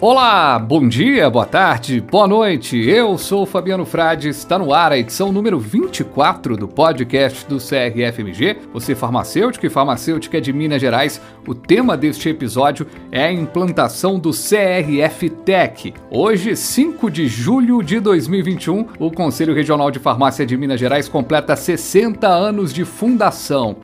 Olá, bom dia, boa tarde, boa noite, eu sou o Fabiano Frade, está no ar a edição número 24 do podcast do CRFMG, você farmacêutico e farmacêutica de Minas Gerais. O tema deste episódio é a implantação do CRF Tech. Hoje, 5 de julho de 2021, o Conselho Regional de Farmácia de Minas Gerais completa 60 anos de fundação.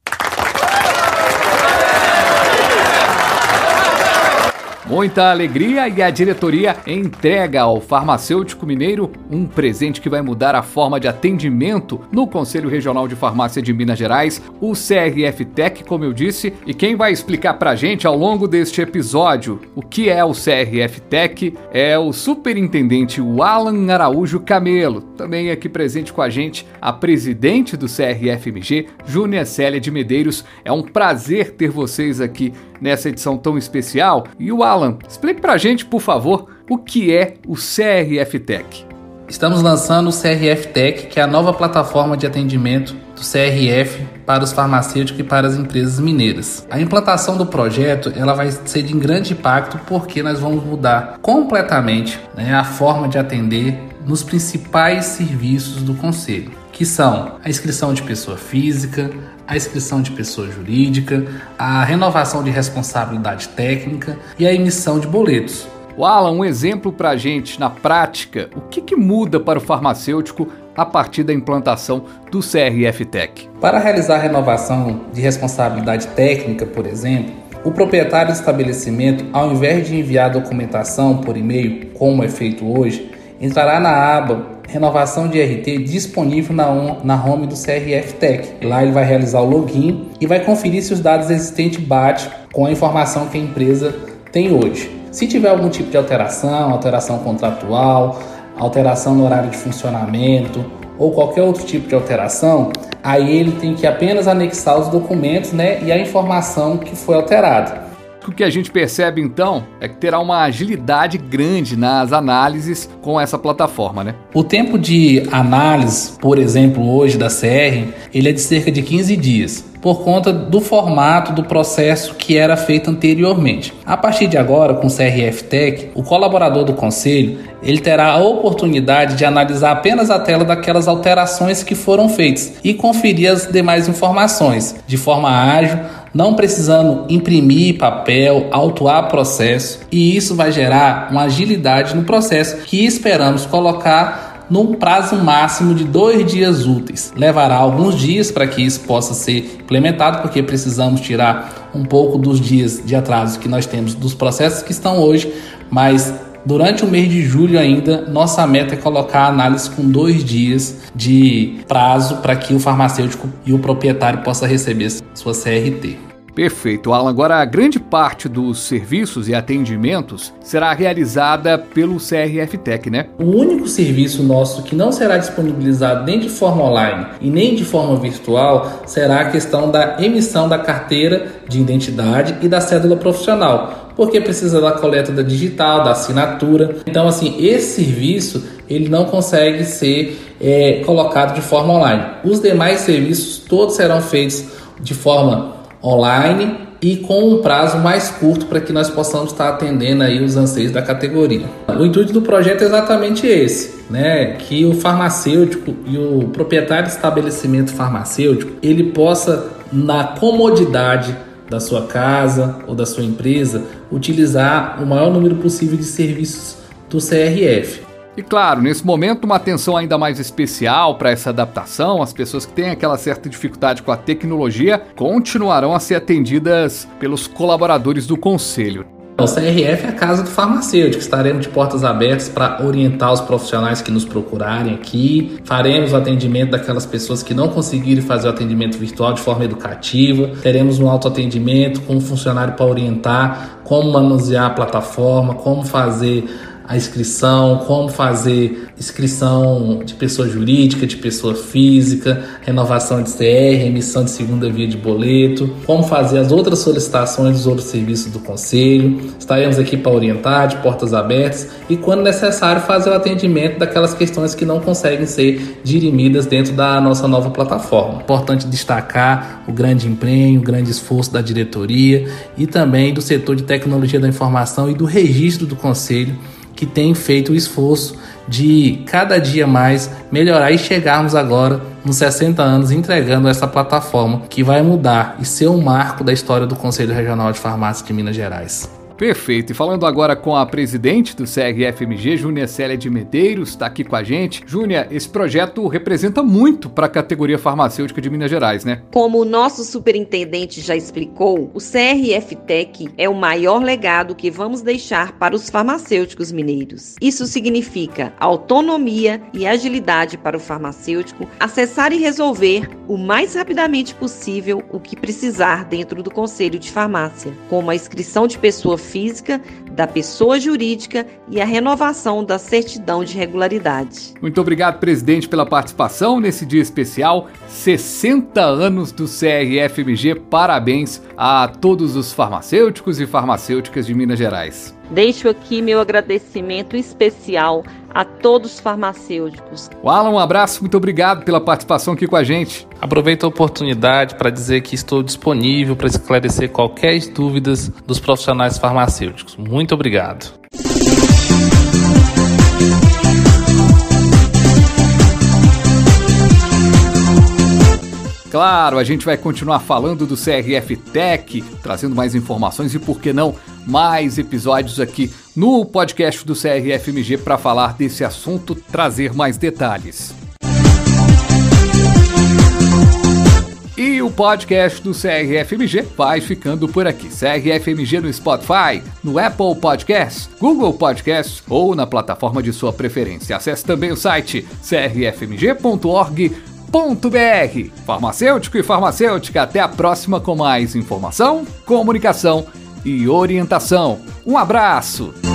Muita alegria e a diretoria entrega ao farmacêutico mineiro um presente que vai mudar a forma de atendimento no Conselho Regional de Farmácia de Minas Gerais, o CRF Tech, como eu disse, e quem vai explicar pra gente ao longo deste episódio o que é o CRF Tech é o superintendente Alan Araújo Camelo. Também aqui presente com a gente a presidente do CRFMG, Júnia Célia de Medeiros. É um prazer ter vocês aqui nessa edição tão especial. E o Alan, explique pra gente, por favor, o que é o CRF Tech. Estamos lançando o CRF Tech, que é a nova plataforma de atendimento do CRF para os farmacêuticos e para as empresas mineiras. A implantação do projeto ela vai ser de grande impacto porque nós vamos mudar completamente a forma de atender nos principais serviços do Conselho, que são a inscrição de pessoa física, a inscrição de pessoa jurídica, a renovação de responsabilidade técnica e a emissão de boletos. Alan, um exemplo para a gente na prática, o que muda para o farmacêutico a partir da implantação do CRF Tech? Para realizar a renovação de responsabilidade técnica, por exemplo, o proprietário do estabelecimento, ao invés de enviar a documentação por e-mail, como é feito hoje, entrará na aba Renovação de RT disponível na home do CRF Tech. Lá ele vai realizar o login e vai conferir se os dados existentes batem com a informação que a empresa tem hoje. Se tiver algum tipo de alteração contratual, alteração no horário de funcionamento ou qualquer outro tipo de alteração, aí ele tem que apenas anexar os documentos, e a informação que foi alterada. O que a gente percebe, então, é que terá uma agilidade grande nas análises com essa plataforma, né? O tempo de análise, por exemplo, hoje da CR, ele é de cerca de 15 dias, por conta do formato do processo que era feito anteriormente. A partir de agora, com o CRF Tech, o colaborador do conselho ele terá a oportunidade de analisar apenas a tela daquelas alterações que foram feitas e conferir as demais informações de forma ágil, não precisando imprimir papel, autuar processo, e isso vai gerar uma agilidade no processo que esperamos colocar num prazo máximo de 2 dias úteis. Levará alguns dias para que isso possa ser implementado, porque precisamos tirar um pouco dos dias de atraso que nós temos dos processos que estão hoje, mas durante o mês de julho ainda, nossa meta é colocar a análise com 2 dias de prazo para que o farmacêutico e o proprietário possam receber sua CRT. Perfeito, Alan. Agora, a grande parte dos serviços e atendimentos será realizada pelo CRF Tech, né? O único serviço nosso que não será disponibilizado nem de forma online e nem de forma virtual será a questão da emissão da carteira de identidade e da cédula profissional, porque precisa da coleta da digital, da assinatura. Então, esse serviço ele não consegue ser colocado de forma online. Os demais serviços todos serão feitos de forma online e com um prazo mais curto para que nós possamos estar atendendo aí os anseios da categoria. O intuito do projeto é exatamente esse, que o farmacêutico e o proprietário de estabelecimento farmacêutico ele possa, na comodidade da sua casa ou da sua empresa, utilizar o maior número possível de serviços do CRF. E claro, nesse momento uma atenção ainda mais especial para essa adaptação. As pessoas que têm aquela certa dificuldade com a tecnologia continuarão a ser atendidas pelos colaboradores do Conselho. O CRF é a casa do farmacêutico. Estaremos de portas abertas para orientar os profissionais que nos procurarem aqui. Faremos o atendimento daquelas pessoas que não conseguirem fazer o atendimento virtual de forma educativa. Teremos um autoatendimento com um funcionário para orientar como manusear a plataforma, como fazer a inscrição, como fazer inscrição de pessoa jurídica, de pessoa física, renovação de CR, emissão de segunda via de boleto, como fazer as outras solicitações dos outros serviços do Conselho. Estaremos aqui para orientar, de portas abertas, e quando necessário fazer o atendimento daquelas questões que não conseguem ser dirimidas dentro da nossa nova plataforma. Importante destacar o grande empenho, o grande esforço da diretoria e também do setor de tecnologia da informação e do registro do Conselho, que tem feito o esforço de cada dia mais melhorar e chegarmos agora nos 60 anos entregando essa plataforma que vai mudar e ser um marco da história do Conselho Regional de Farmácia de Minas Gerais. Perfeito. E falando agora com a presidente do CRFMG, Júnia Célia de Medeiros, está aqui com a gente. Júnia, esse projeto representa muito para a categoria farmacêutica de Minas Gerais, né? Como o nosso superintendente já explicou, o CRF-TEC é o maior legado que vamos deixar para os farmacêuticos mineiros. Isso significa autonomia e agilidade para o farmacêutico acessar e resolver o mais rapidamente possível o que precisar dentro do Conselho de Farmácia, como a inscrição de pessoa física, da pessoa jurídica e a renovação da certidão de regularidade. Muito obrigado, presidente, pela participação nesse dia especial. 60 anos do CRFMG. Parabéns a todos os farmacêuticos e farmacêuticas de Minas Gerais. Deixo aqui meu agradecimento especial a todos os farmacêuticos. Alan, um abraço, muito obrigado pela participação aqui com a gente. Aproveito a oportunidade para dizer que estou disponível para esclarecer qualquer dúvidas dos profissionais farmacêuticos. Muito obrigado. Claro, a gente vai continuar falando do CRF-TEC, trazendo mais informações e, por que não, mais episódios aqui no podcast do CRFMG para falar desse assunto, trazer mais detalhes. E o podcast do CRFMG vai ficando por aqui. CRFMG no Spotify, no Apple Podcasts, Google Podcasts ou na plataforma de sua preferência. Acesse também o site crfmg.org.br. Farmacêutico e farmacêutica, até a próxima com mais informação, comunicação e orientação. Um abraço!